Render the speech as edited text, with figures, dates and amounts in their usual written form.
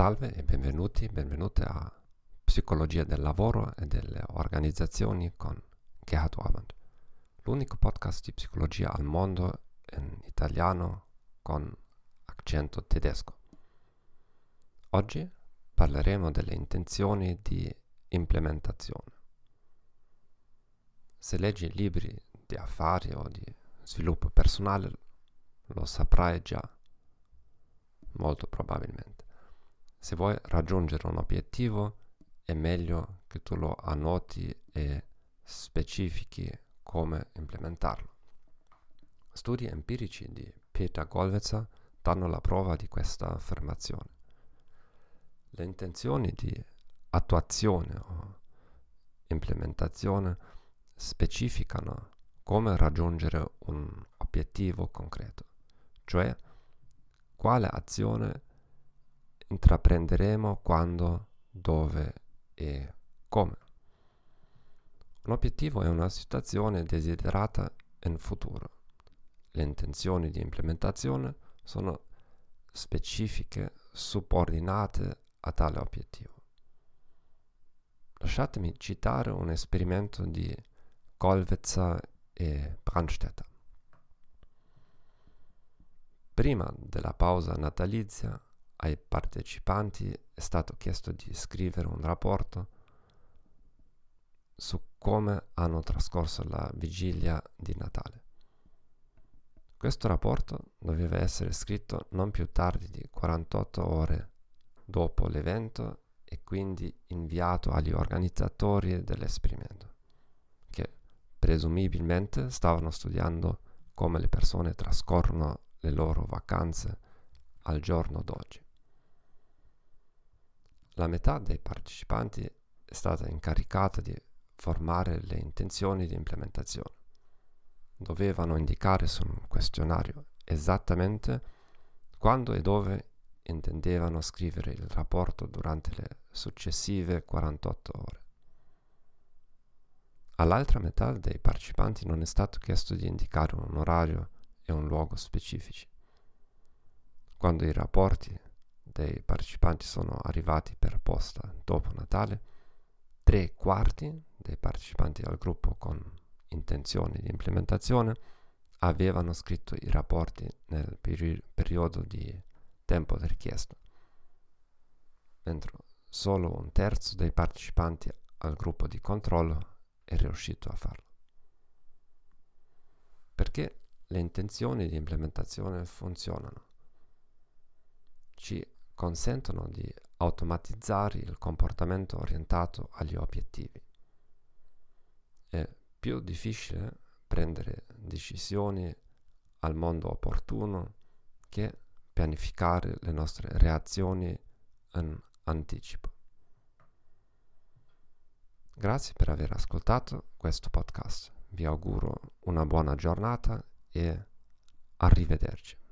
Salve e benvenute a Psicologia del lavoro e delle organizzazioni con Gerhard Orband, l'unico podcast di psicologia al mondo in italiano con accento tedesco. Oggi parleremo delle intenzioni di implementazione. Se leggi libri di affari o di sviluppo personale, lo saprai già, molto probabilmente. Se vuoi raggiungere un obiettivo, è meglio che tu lo annoti e specifichi come implementarlo. Studi empirici di Peter Gollwitzer danno la prova di questa affermazione. Le intenzioni di attuazione o implementazione specificano come raggiungere un obiettivo concreto, cioè quale azione intraprenderemo, quando, dove e come. Un obiettivo è una situazione desiderata in futuro. Le intenzioni di implementazione sono specifiche, subordinate a tale obiettivo. Lasciatemi citare un esperimento di Gollwitzer e Brandstätter. Prima della pausa natalizia, ai partecipanti è stato chiesto di scrivere un rapporto su come hanno trascorso la vigilia di Natale. Questo rapporto doveva essere scritto non più tardi di 48 ore dopo l'evento e quindi inviato agli organizzatori dell'esperimento, che presumibilmente stavano studiando come le persone trascorrono le loro vacanze al giorno d'oggi. La metà dei partecipanti è stata incaricata di formare le intenzioni di implementazione. Dovevano indicare su un questionario esattamente quando e dove intendevano scrivere il rapporto durante le successive 48 ore. All'altra metà dei partecipanti non è stato chiesto di indicare un orario e un luogo specifici. Quando i rapporti dei partecipanti sono arrivati per posta dopo Natale, 3/4 dei partecipanti al gruppo con intenzioni di implementazione avevano scritto i rapporti nel periodo di tempo richiesto, mentre solo 1/3 dei partecipanti al gruppo di controllo è riuscito a farlo. Perché le intenzioni di implementazione funzionano? Ci consentono di automatizzare il comportamento orientato agli obiettivi. È più difficile prendere decisioni al modo opportuno che pianificare le nostre reazioni in anticipo. Grazie per aver ascoltato questo podcast. Vi auguro una buona giornata e arrivederci.